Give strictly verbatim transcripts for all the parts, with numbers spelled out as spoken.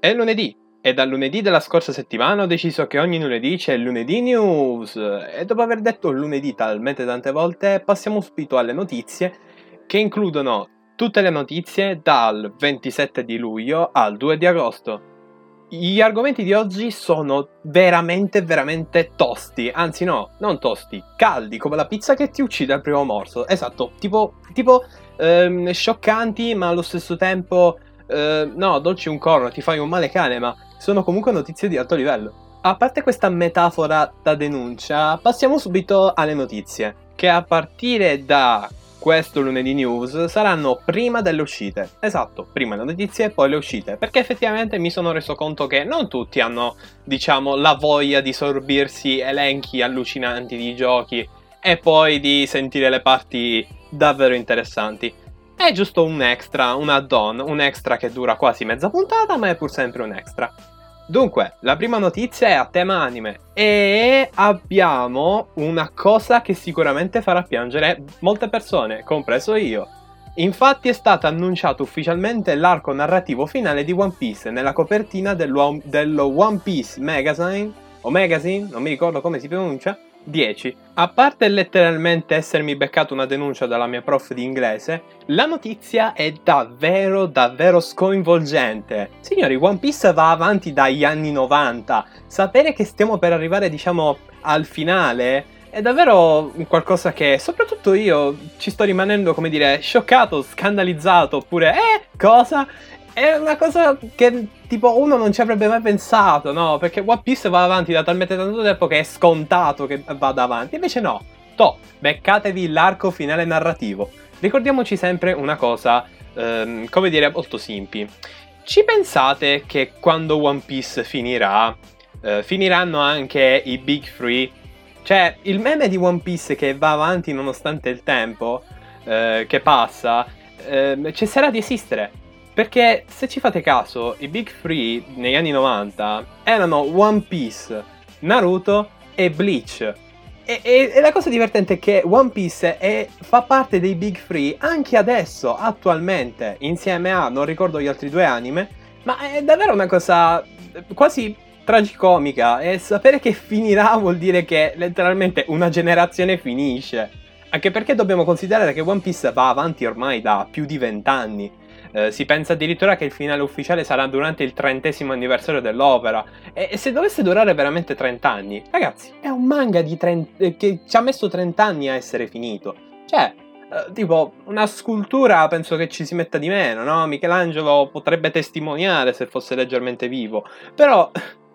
È lunedì e dal lunedì della scorsa settimana ho deciso che ogni lunedì c'è il lunedì news e dopo aver detto lunedì talmente tante volte passiamo subito alle notizie che includono tutte le notizie dal ventisette di luglio al due di agosto. Gli argomenti di oggi sono veramente veramente tosti, anzi no, non tosti, caldi, come la pizza che ti uccide al primo morso, esatto, tipo, tipo ehm, scioccanti ma allo stesso tempo, eh, no, dolci un corno, ti fai un male cane, ma sono comunque notizie di alto livello. A parte questa metafora da denuncia, passiamo subito alle notizie, che a partire da questo lunedì news saranno prima delle uscite. Esatto, prima le notizie e poi le uscite, perché effettivamente mi sono reso conto che non tutti hanno, diciamo, la voglia di sorbirsi elenchi allucinanti di giochi e poi di sentire le parti davvero interessanti. È giusto un extra, un add-on, un extra che dura quasi mezza puntata, ma è pur sempre un extra. Dunque, la prima notizia è a tema anime e abbiamo una cosa che sicuramente farà piangere molte persone, compreso io. Infatti è stato annunciato ufficialmente l'arco narrativo finale di One Piece nella copertina dello, dello One Piece Magazine, o Magazine, non mi ricordo come si pronuncia, dieci. A parte letteralmente essermi beccato una denuncia dalla mia prof di inglese, la notizia è davvero davvero sconvolgente. Signori, One Piece va avanti dagli anni novanta. Sapere che stiamo per arrivare, diciamo, al finale è davvero qualcosa che soprattutto io ci sto rimanendo, come dire, scioccato, scandalizzato, oppure eh, cosa? È una cosa che tipo uno non ci avrebbe mai pensato, no? Perché One Piece va avanti da talmente tanto tempo che è scontato che vada avanti. Invece no. Toh, beccatevi l'arco finale narrativo. Ricordiamoci sempre una cosa, ehm, come dire, molto simpi. Ci pensate che quando One Piece finirà, eh, finiranno anche i Big Three? Cioè, il meme di One Piece che va avanti nonostante il tempo eh, che passa, eh, cesserà di esistere. Perché se ci fate caso, i Big Three negli anni novanta erano One Piece, Naruto e Bleach. E, e, e la cosa divertente è che One Piece è, fa parte dei Big Three anche adesso, attualmente, insieme a, non ricordo gli altri due anime, ma è davvero una cosa quasi tragicomica. E sapere che finirà vuol dire che letteralmente una generazione finisce. Anche perché dobbiamo considerare che One Piece va avanti ormai da più di vent'anni. Eh, si pensa addirittura che il finale ufficiale sarà durante il trentesimo anniversario dell'opera. E, e se dovesse durare veramente trenta anni, ragazzi, è un manga di trenta, eh, che ci ha messo trenta anni a essere finito. Cioè, eh, tipo, una scultura penso che ci si metta di meno, no? Michelangelo potrebbe testimoniare se fosse leggermente vivo. Però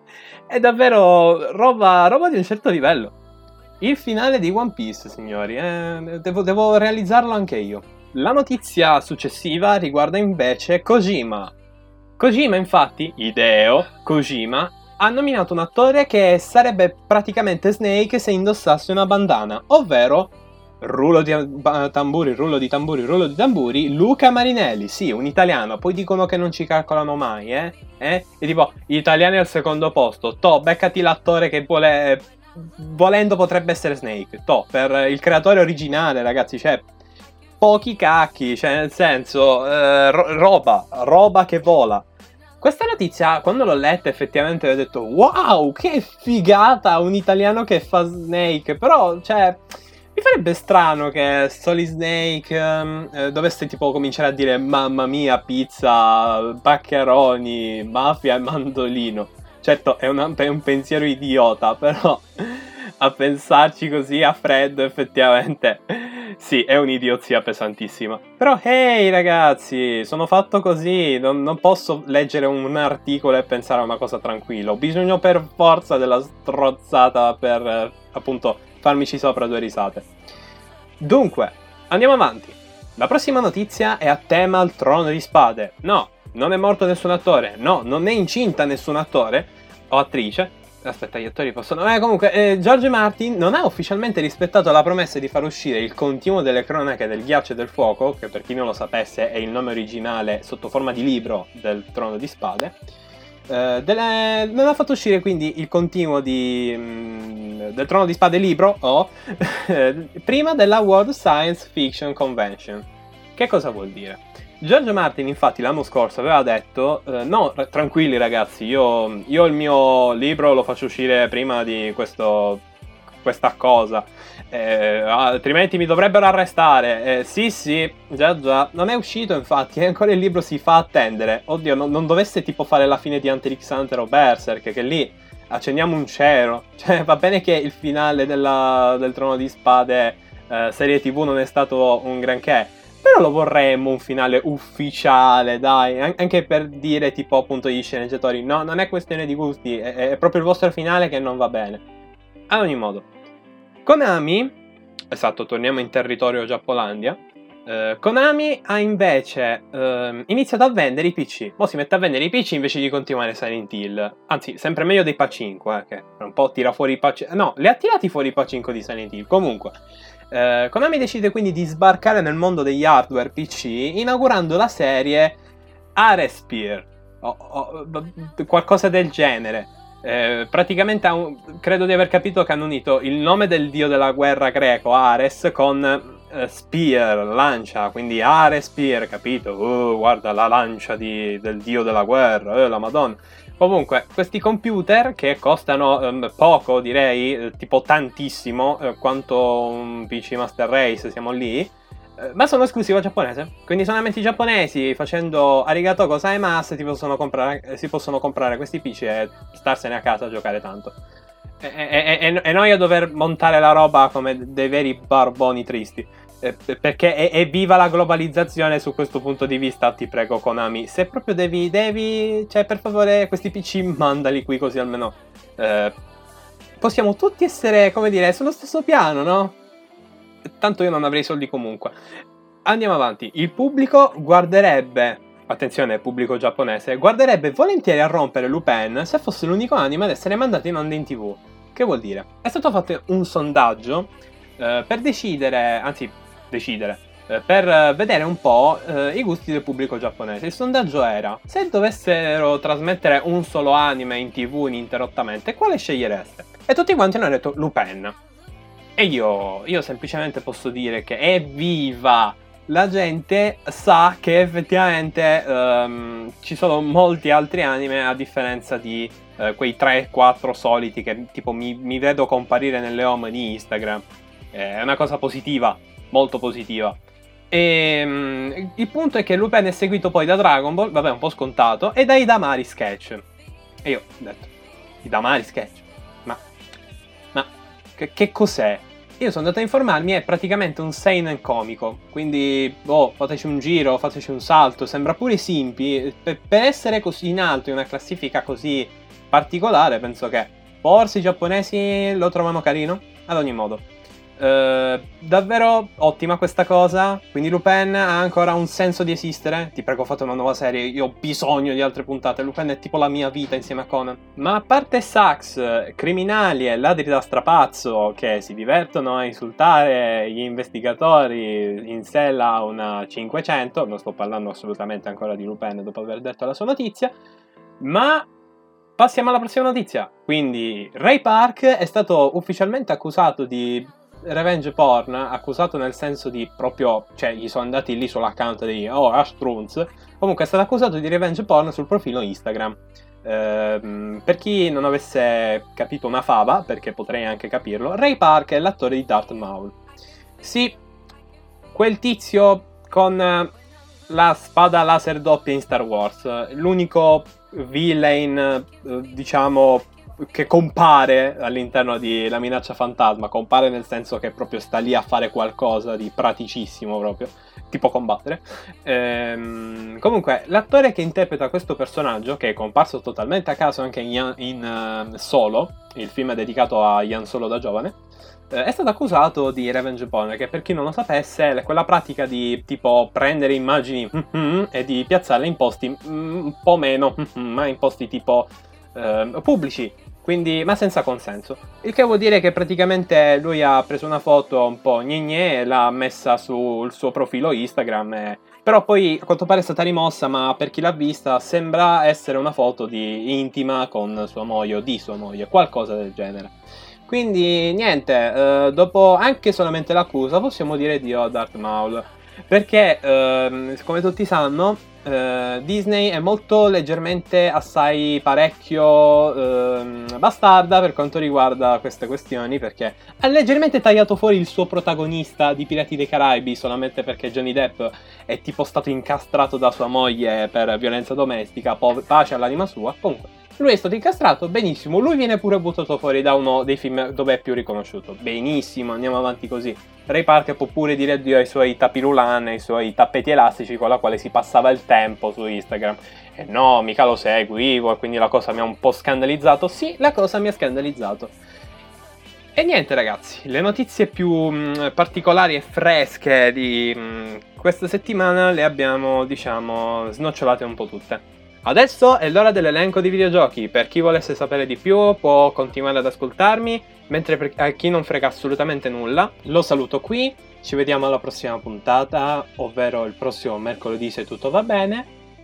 è davvero roba, roba di un certo livello. Il finale di One Piece, signori, eh, devo, devo realizzarlo anche io. La notizia successiva riguarda invece Kojima. Kojima, infatti, Hideo Kojima, ha nominato un attore che sarebbe praticamente Snake se indossasse una bandana, ovvero, rullo di tamburi, rullo di tamburi, rullo di tamburi, Luca Marinelli, sì, un italiano. Poi dicono che non ci calcolano mai, eh? eh? E tipo, gli italiani al secondo posto, toh, beccati l'attore che vuole, volendo potrebbe essere Snake, toh, per il creatore originale, ragazzi, cioè... pochi cacchi, cioè nel senso, eh, ro- roba, roba che vola. Questa notizia, quando l'ho letta effettivamente ho detto wow, che figata, un italiano che fa Snake. Però, cioè, mi farebbe strano che Solid Snake um, eh, dovesse tipo cominciare a dire mamma mia, pizza, paccheroni, mafia e mandolino. Certo, è, una, è un pensiero idiota, però a pensarci così a freddo effettivamente... sì, è un'idiozia pesantissima. Però, hey ragazzi, sono fatto così, non, non posso leggere un articolo e pensare a una cosa tranquilla. Ho bisogno per forza della strozzata per, eh, appunto, farmici sopra due risate. Dunque, andiamo avanti. La prossima notizia è a tema al Trono di Spade. No, non è morto nessun attore. No, non è incinta nessun attore o attrice. Aspetta, gli attori possono... Eh, comunque, eh, George Martin non ha ufficialmente rispettato la promessa di far uscire il continuo delle cronache del ghiaccio e del fuoco, che per chi non lo sapesse è il nome originale sotto forma di libro del Trono di Spade. Eh, delle... Non ha fatto uscire quindi il continuo di, mh, del Trono di Spade libro, o, prima della World Science Fiction Convention. Che cosa vuol dire? George Martin infatti l'anno scorso aveva detto eh, no, r- tranquilli ragazzi, io, io il mio libro lo faccio uscire prima di questo, questa cosa, eh, altrimenti mi dovrebbero arrestare. Eh, sì sì, già già, non è uscito infatti, e ancora il libro si fa attendere. Oddio, non, non dovesse tipo fare la fine di Hunter x Hunter o Berserk, che lì accendiamo un cero. Cioè va bene che il finale della, del Trono di Spade eh, serie tv non è stato un granché, però lo vorremmo un finale ufficiale, dai, An- anche per dire tipo appunto agli sceneggiatori, no, non è questione di gusti, è, è proprio il vostro finale che non va bene. Ad ogni modo, Konami, esatto, torniamo in territorio Giappolandia, eh, Konami ha invece ehm, iniziato a vendere i P C. Mo' si mette a vendere i P C invece di continuare Silent Hill. Anzi, sempre meglio dei Pachinko, eh, che un po' tira fuori i Pachinko. No, li ha tirati fuori i Pachinko di Silent Hill. Comunque, eh, Konami decide quindi di sbarcare nel mondo degli hardware P C inaugurando la serie Arespire, o, o qualcosa del genere. Eh, praticamente ha un, credo di aver capito che hanno unito il nome del dio della guerra greco, Ares, con eh, Spear, lancia, quindi Ares Spear, capito? Oh, guarda la lancia di, del dio della guerra, eh, la madonna. Comunque, questi computer che costano um, poco, direi, eh, tipo tantissimo, eh, quanto un P C Master Race, siamo lì, ma sono esclusiva giapponese, quindi solamente i giapponesi facendo arigato gozaimasu ti possono comprare, si possono comprare questi P C e starsene a casa a giocare tanto. E, e, e, e noi a dover montare la roba come dei veri barboni tristi. Eh, perché è, è viva la globalizzazione su questo punto di vista, ti prego Konami. Se proprio devi, devi, cioè per favore questi P C mandali qui così almeno eh, possiamo tutti essere, come dire, sullo stesso piano, no? Tanto io non avrei soldi comunque. Andiamo avanti. Il pubblico guarderebbe, attenzione, pubblico giapponese, guarderebbe volentieri a rompere Lupin se fosse l'unico anime ad essere mandato in onda in tv. Che vuol dire? È stato fatto un sondaggio eh, per decidere, anzi decidere, eh, per vedere un po' eh, i gusti del pubblico giapponese. Il sondaggio era: se dovessero trasmettere un solo anime in tv ininterrottamente, quale scegliereste? E tutti quanti hanno detto Lupin. E io, io semplicemente posso dire che evviva! La gente sa che effettivamente um, ci sono molti altri anime a differenza di uh, quei tre quattro soliti che tipo mi, mi vedo comparire nelle home di Instagram. È una cosa positiva, molto positiva. E um, il punto è che Lupin è seguito poi da Dragon Ball, vabbè un po' scontato, e dai Damari Sketch. E io ho detto, i Damari Sketch? Ma, ma che, che cos'è? Io sono andato a informarmi, è praticamente un seinen comico, quindi, oh, fateci un giro, fateci un salto, sembra pure simpi, per, per essere così in alto in una classifica così particolare, penso che forse i giapponesi lo trovano carino, ad ogni modo. Uh, davvero ottima questa cosa, quindi Lupin ha ancora un senso di esistere. Ti prego, fate una nuova serie, io ho bisogno di altre puntate. Lupin è tipo la mia vita insieme a Conan. Ma a parte sax, criminali e ladri da strapazzo che si divertono a insultare gli investigatori in sella una cinquecento, non sto parlando assolutamente ancora di Lupin dopo aver detto la sua notizia, ma passiamo alla prossima notizia. Quindi Ray Park è stato ufficialmente accusato di revenge porn, accusato nel senso di proprio, cioè gli sono andati lì sull'account di oh Ashtrunz, comunque è stato accusato di revenge porn sul profilo Instagram. Ehm, per chi non avesse capito una fava, perché potrei anche capirlo, Ray Park è l'attore di Darth Maul. Sì, quel tizio con la spada laser doppia in Star Wars, l'unico villain, diciamo, che compare all'interno di La minaccia fantasma, compare nel senso che proprio sta lì a fare qualcosa di praticissimo proprio, tipo combattere. Ehm, comunque, l'attore che interpreta questo personaggio, che è comparso totalmente a caso anche in, in uh, Solo, il film dedicato a Han Solo da giovane, eh, è stato accusato di revenge porn, che per chi non lo sapesse è quella pratica di tipo prendere immagini mm-hmm, e di piazzarle in posti mm, un po' meno, mm-hmm, ma in posti tipo uh, pubblici. Quindi, ma senza consenso. Il che vuol dire che praticamente lui ha preso una foto un po' gne gne e l'ha messa sul suo profilo Instagram. E... però poi a quanto pare è stata rimossa, ma per chi l'ha vista sembra essere una foto di intima con sua moglie o di sua moglie, qualcosa del genere. Quindi niente, eh, dopo anche solamente l'accusa possiamo dire addio a Darth Maul. Perché, ehm, come tutti sanno, eh, Disney è molto leggermente, assai parecchio ehm, bastarda per quanto riguarda queste questioni, perché ha leggermente tagliato fuori il suo protagonista di Pirati dei Caraibi solamente perché Johnny Depp è tipo stato incastrato da sua moglie per violenza domestica, po- pace all'anima sua. Comunque, lui è stato incastrato, benissimo, lui viene pure buttato fuori da uno dei film dove è più riconosciuto. Benissimo, andiamo avanti così. Ray Parker può pure dire addio ai suoi tapirulan, ai suoi tappeti elastici con la quale si passava il tempo su Instagram. E no, mica lo seguivo, e quindi la cosa mi ha un po' scandalizzato. Sì, la cosa mi ha scandalizzato. E niente ragazzi, le notizie più mh, particolari e fresche di mh, questa settimana le abbiamo, diciamo, snocciolate un po' tutte. Adesso è l'ora dell'elenco di videogiochi. Per chi volesse sapere di più può continuare ad ascoltarmi, mentre per a chi non frega assolutamente nulla, lo saluto qui. Ci vediamo alla prossima puntata, ovvero il prossimo mercoledì se tutto va bene.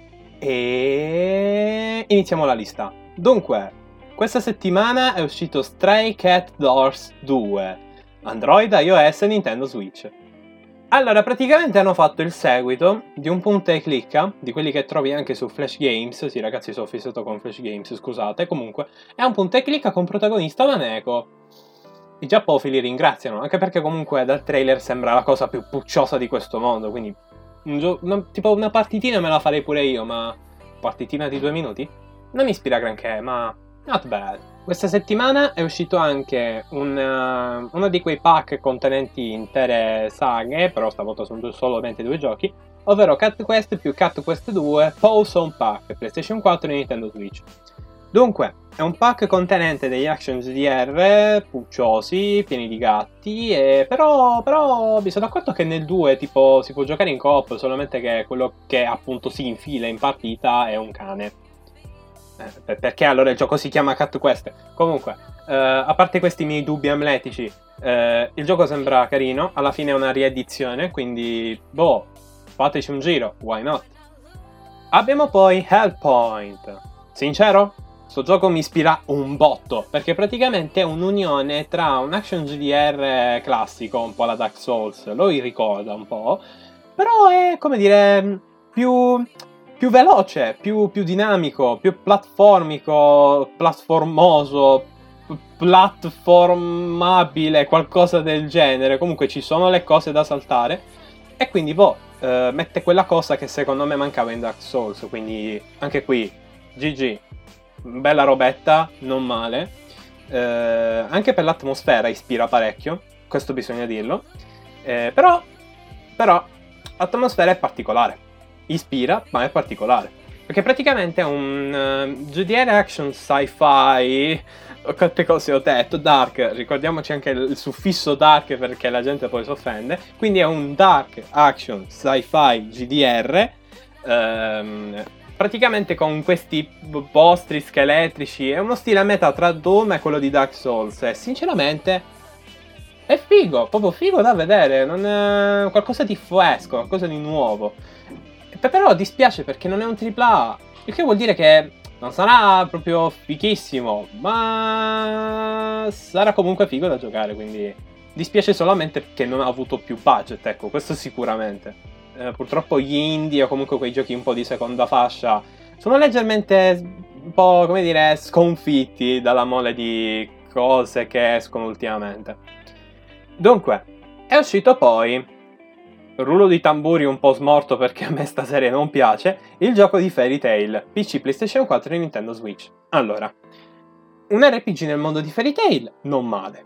E iniziamo la lista. Dunque, questa settimana è uscito Stray Cat Doors due, Android, iOS e Nintendo Switch. Allora, praticamente hanno fatto il seguito di un punta e clicca, di quelli che trovi anche su Flash Games. Sì, ragazzi, sono fissato con Flash Games, scusate. Comunque, è un punta e clicca con protagonista Maneko. I giappofili ringraziano, anche perché comunque dal trailer sembra la cosa più pucciosa di questo mondo, quindi un gio- una, tipo una partitina me la farei pure io, ma partitina di due minuti? Non mi ispira granché, ma not bad. Questa settimana è uscito anche un, uh, uno di quei pack contenenti intere saghe, però stavolta sono solamente due giochi, ovvero Cat Quest più Cat Quest due Pawsome Pack, PlayStation quattro e Nintendo Switch. Dunque, è un pack contenente degli action G D R pucciosi, pieni di gatti, e però, però mi sono accorto che nel due tipo si può giocare in coop, solamente che quello che appunto si infila in partita è un cane. Eh, perché allora il gioco si chiama Cat Quest? Comunque, eh, a parte questi miei dubbi amletici, eh, il gioco sembra carino, alla fine è una riedizione, quindi boh, fateci un giro, why not? Abbiamo poi Hellpoint. Sincero? Sto gioco mi ispira un botto, perché praticamente è un'unione tra un action G D R classico, un po' alla Dark Souls, lo ricorda un po', però è, come dire, più... più veloce, più, più dinamico, più platformico, platformoso, platformabile, qualcosa del genere. Comunque ci sono le cose da saltare e quindi boh, eh, mette quella cosa che secondo me mancava in Dark Souls, quindi anche qui G G, bella robetta, non male. Eh, anche per l'atmosfera ispira parecchio, questo bisogna dirlo. Eh, però, però, l'atmosfera è particolare. Ispira, ma è particolare. Perché praticamente è un uh, G D R action sci-fi. Quante cose ho detto? Dark, ricordiamoci anche il, il suffisso dark perché la gente poi si offende. Quindi è un dark action sci-fi G D R. Ehm, praticamente con questi mostri scheletrici. È uno stile a metà tra Doom e quello di Dark Souls. E sinceramente è figo, proprio figo da vedere. Non è qualcosa di fresco, qualcosa di nuovo. Però dispiace perché non è un tripla A, il che vuol dire che non sarà proprio fichissimo, ma sarà comunque figo da giocare, quindi dispiace solamente perché non ha avuto più budget, ecco, questo sicuramente. Eh, purtroppo gli indie o comunque quei giochi un po' di seconda fascia sono leggermente un po', come dire, sconfitti dalla mole di cose che escono ultimamente. Dunque, è uscito poi, rullo di tamburi un po' smorto perché a me sta serie non piace, il gioco di Fairy Tail, P C, PlayStation quattro e Nintendo Switch. Allora, un R P G nel mondo di Fairy Tail, non male.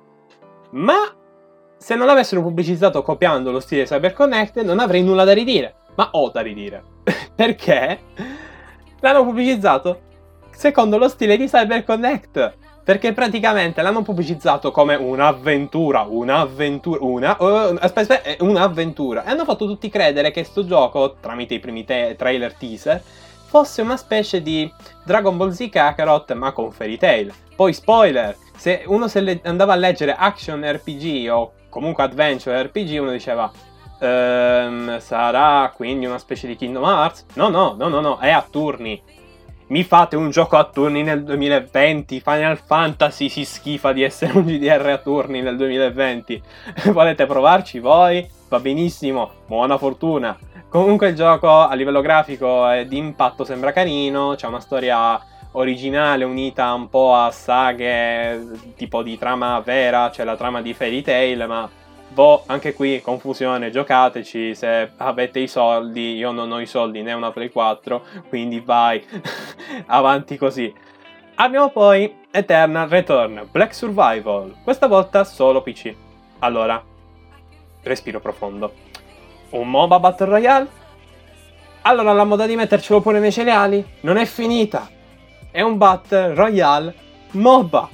Ma se non l'avessero pubblicizzato copiando lo stile CyberConnect non avrei nulla da ridire. Ma ho da ridire. Perché l'hanno pubblicizzato secondo lo stile di CyberConnect. Perché praticamente l'hanno pubblicizzato come un'avventura, un'avventura, una, uh, aspetta, aspetta, un'avventura. E hanno fatto tutti credere che sto gioco, tramite i primi te- trailer teaser, fosse una specie di Dragon Ball Z Kakarot, ma con Fairy Tail. Poi spoiler, se uno se le- andava a leggere Action R P G o comunque Adventure R P G, uno diceva, ehm, sarà quindi una specie di Kingdom Hearts? No, no, no, no, no, è a turni. Mi fate un gioco a turni nel duemilaventi, Final Fantasy si schifa di essere un G D R a turni nel duemilaventi. Volete provarci voi? Va benissimo, buona fortuna. Comunque il gioco a livello grafico e di impatto sembra carino, c'è una storia originale unita un po' a saghe tipo di trama vera, c'è la trama di Fairy Tail, ma boh, anche qui confusione, giocateci se avete i soldi. Io non ho i soldi né una Play quattro, quindi vai avanti così. Abbiamo poi Eternal Return Black Survival, questa volta solo P C. Allora, respiro profondo. Un MOBA Battle Royale? Allora la moda di mettercelo pure nei cereali non è finita. È un Battle Royale MOBA.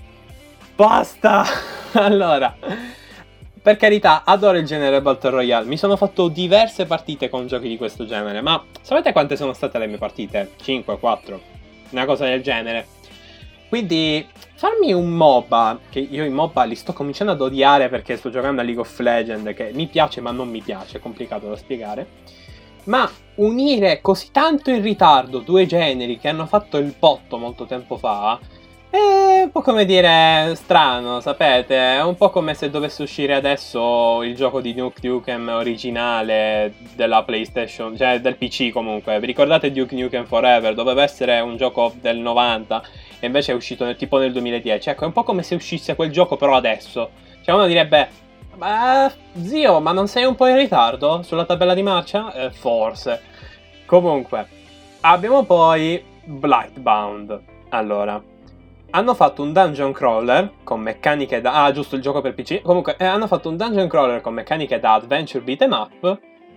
Basta! Allora, per carità, adoro il genere Battle Royale. Mi sono fatto diverse partite con giochi di questo genere, ma sapete quante sono state le mie partite? cinque, quattro, una cosa del genere. Quindi farmi un MOBA, che io i MOBA li sto cominciando ad odiare perché sto giocando a League of Legends, che mi piace ma non mi piace, è complicato da spiegare. Ma unire così tanto in ritardo due generi che hanno fatto il botto molto tempo fa è un po' come dire strano, sapete? È un po' come se dovesse uscire adesso il gioco di Duke Nukem originale della PlayStation, cioè del P C comunque. Vi ricordate Duke Nukem Forever? Doveva essere un gioco del novanta e invece è uscito nel, tipo nel duemiladieci. Ecco, è un po' come se uscisse quel gioco però adesso. Cioè uno direbbe, ma zio, ma non sei un po' in ritardo sulla tabella di marcia? Eh, forse. Comunque, abbiamo poi Blightbound. Allora, hanno fatto un dungeon crawler con meccaniche da... Ah, giusto, il gioco per P C. Comunque, eh, hanno fatto un dungeon crawler con meccaniche da adventure beat 'em up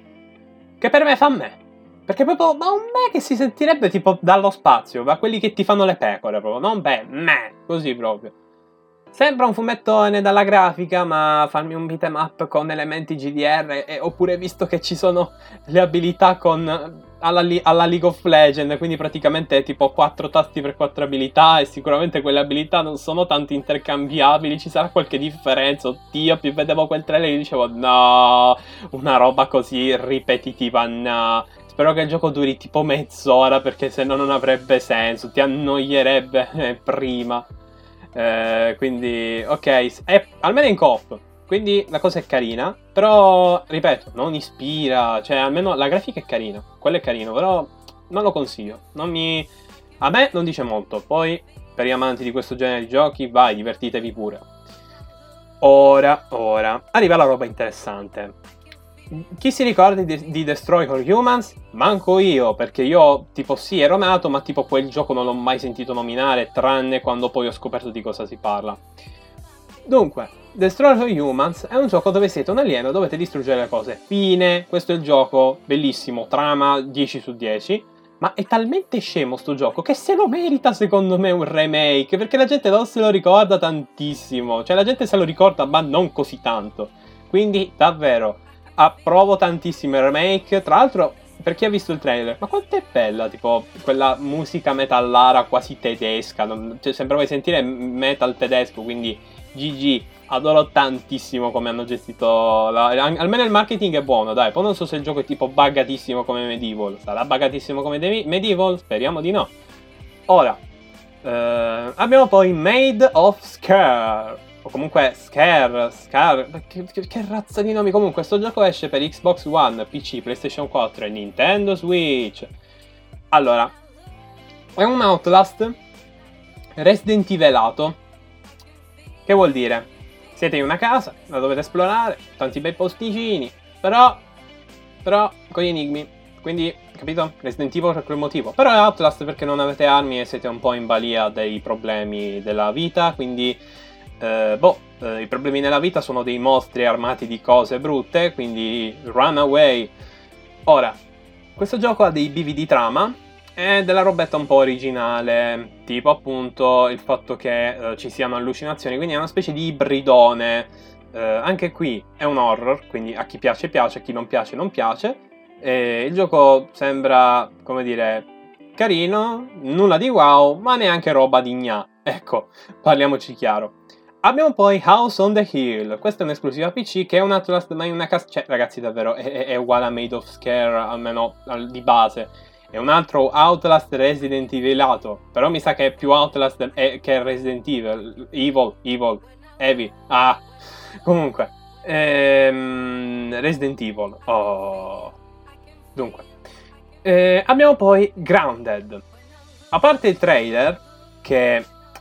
che per me fa me. Perché proprio, ma un me che si sentirebbe tipo dallo spazio, ma quelli che ti fanno le pecore proprio, non beh, me, così proprio. Sembra un fumettone dalla grafica, ma farmi un beat 'em up con elementi G D R, e, oppure visto che ci sono le abilità con alla, alla League of Legends, quindi praticamente tipo quattro tasti per quattro abilità, e sicuramente quelle abilità non sono tanto intercambiabili, ci sarà qualche differenza. Oddio, più vedevo quel trailer e dicevo no, una roba così ripetitiva, no. Spero che il gioco duri tipo mezz'ora, perché se no non avrebbe senso, ti annoierebbe eh, prima. Eh, quindi, ok, è almeno in coop, quindi la cosa è carina, però, ripeto, non ispira, cioè almeno la grafica è carina, quello è carino, però non lo consiglio, non mi... a me non dice molto. Poi, per gli amanti di questo genere di giochi, vai, divertitevi pure. Ora, ora, arriva la roba interessante. Chi si ricorda di, di Destroy All Humans? Manco io, perché io tipo sì ero nato, ma tipo quel gioco non l'ho mai sentito nominare, tranne quando poi ho scoperto di cosa si parla. Dunque, Destroy All Humans è un gioco dove siete un alieno, dovete distruggere le cose. Fine, questo è il gioco, bellissimo, trama dieci su dieci, ma è talmente scemo sto gioco che se lo merita secondo me un remake, perché la gente non se lo ricorda tantissimo, cioè la gente se lo ricorda ma non così tanto. Quindi davvero approvo tantissimo il remake. Tra l'altro, per chi ha visto il trailer, ma quanto è bella, tipo quella musica metallara quasi tedesca, non, cioè, sembrava di sentire metal tedesco, quindi G G, adoro tantissimo come hanno gestito la, almeno il marketing è buono, dai. Poi non so se il gioco è tipo buggatissimo come Medieval. Sarà buggatissimo come Medieval? Speriamo di no. Ora eh, abbiamo poi Made of Scare, o comunque Scare, Scare, che, che, che razza di nomi. Comunque sto gioco esce per Xbox One, P C, PlayStation quattro e Nintendo Switch. Allora, è un Outlast Resident Evelato. Che vuol dire? Siete in una casa, la dovete esplorare, tanti bei posticini, però, però, con gli enigmi. Quindi, capito? Resident Evil per quel motivo. Però è Outlast perché non avete armi e siete un po' in balia dei problemi della vita, quindi... Uh, boh, uh, i problemi nella vita sono dei mostri armati di cose brutte, quindi run away. Ora, questo gioco ha dei bivi di trama e della robetta un po' originale, tipo appunto il fatto che uh, ci siano allucinazioni, quindi è una specie di ibridone. Uh, anche qui è un horror, quindi a chi piace piace, a chi non piace non piace. E il gioco sembra, come dire, carino, nulla di wow, ma neanche roba di gna. Ecco, parliamoci chiaro. Abbiamo poi House on the Hill, questa è un'esclusiva P C che è un Outlast ma in una casa... Cioè, ragazzi, davvero, è, è uguale a Made of Scare, almeno di base. è un altro Outlast Resident Eviliato, però mi sa che è più Outlast che Resident Evil, Evil, Evil, Heavy, ah, comunque, ehm, Resident Evil, oh, dunque, eh, abbiamo poi Grounded, a parte il trailer, che,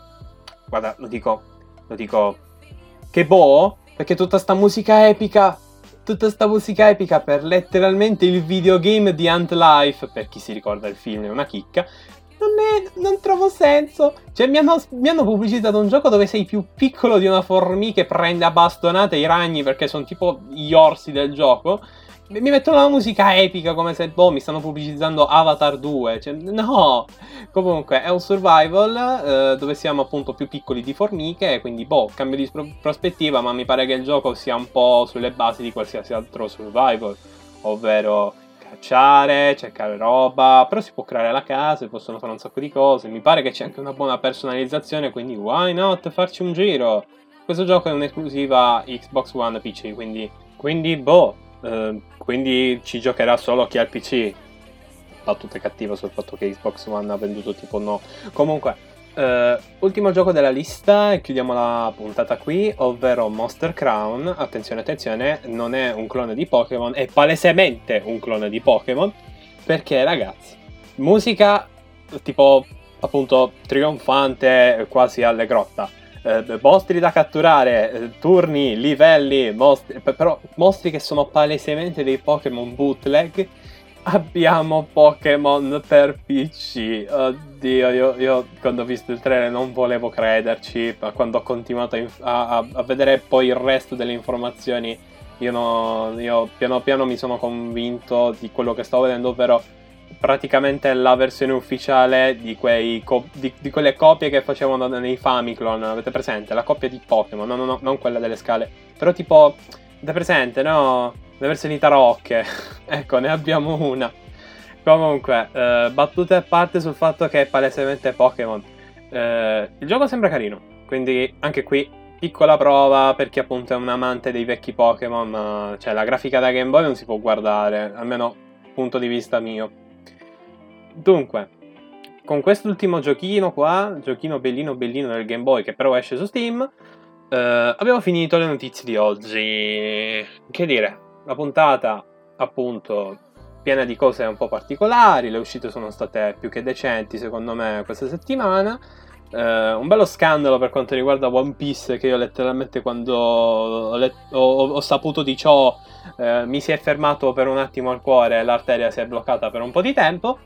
guarda, lo dico, lo dico, che boh, perché tutta sta musica epica, tutta sta musica epica per letteralmente il videogame di Ant Life, per chi si ricorda il film, è una chicca, non, è, non trovo senso. Cioè mi hanno, mi hanno pubblicizzato un gioco dove sei più piccolo di una formica e prende a bastonate i ragni perché sono tipo gli orsi del gioco. Mi mettono la musica epica come se, boh, mi stanno pubblicizzando Avatar due, cioè, no! Comunque, è un survival eh, dove siamo appunto più piccoli di formiche, quindi, boh, cambio di pro- prospettiva, ma mi pare che il gioco sia un po' sulle basi di qualsiasi altro survival, ovvero cacciare, cercare roba, però si può creare la casa, si possono fare un sacco di cose, mi pare che c'è anche una buona personalizzazione, quindi why not farci un giro? Questo gioco è un'esclusiva Xbox One P C, quindi, quindi boh... Uh, quindi ci giocherà solo chi ha il P C. Battute cattive sul fatto che Xbox One ha venduto tipo no. Comunque, uh, ultimo gioco della lista e chiudiamo la puntata qui, ovvero Monster Crown. Attenzione, attenzione, non è un clone di Pokémon, è palesemente un clone di Pokémon, perché ragazzi, musica tipo appunto trionfante quasi allegrotta. Eh, mostri da catturare, eh, turni, livelli, mostri, però mostri che sono palesemente dei Pokémon bootleg. Abbiamo Pokémon per P C. Oddio, io, io quando ho visto il trailer non volevo crederci, ma quando ho continuato a, a, a vedere poi il resto delle informazioni, io, no, io piano piano mi sono convinto di quello che stavo vedendo, ovvero praticamente la versione ufficiale di, quei co- di, di quelle copie che facevano nei Famiclone. Avete presente? La coppia di Pokémon, no, no, no, non quella delle scale, però tipo, avete presente, no? Le versioni tarocche. Ecco, ne abbiamo una. Comunque, eh, battute a parte sul fatto che è palesemente Pokémon. Eh, il gioco sembra carino, quindi anche qui piccola prova per chi appunto è un amante dei vecchi Pokémon, ma cioè la grafica da Game Boy non si può guardare, almeno punto di vista mio. Dunque, con quest'ultimo giochino qua, giochino bellino bellino del Game Boy che però esce su Steam, eh, abbiamo finito le notizie di oggi. Che dire, la puntata appunto piena di cose un po' particolari, le uscite sono state più che decenti secondo me questa settimana. Eh, un bello scandalo per quanto riguarda One Piece, che io letteralmente quando ho, let- ho, ho saputo di ciò eh, mi si è fermato per un attimo il cuore, l'arteria si è bloccata per un po' di tempo.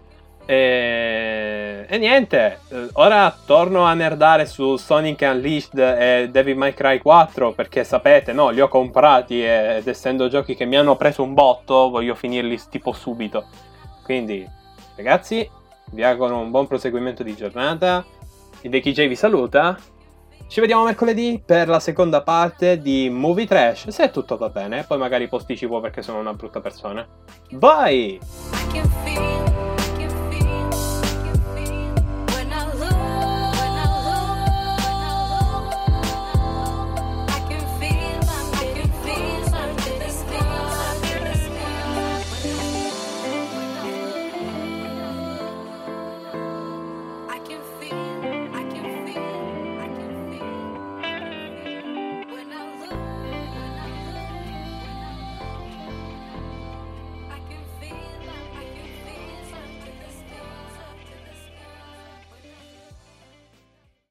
E, e niente, ora torno a nerdare su Sonic Unleashed e Devil May Cry quattro, perché sapete, no, li ho comprati ed essendo giochi che mi hanno preso un botto, voglio finirli tipo subito. Quindi, ragazzi, vi auguro un buon proseguimento di giornata. Il Vecchi J vi saluta. Ci vediamo mercoledì per la seconda parte di Movie Trash, se tutto va bene, poi magari posticipo perché sono una brutta persona. Bye!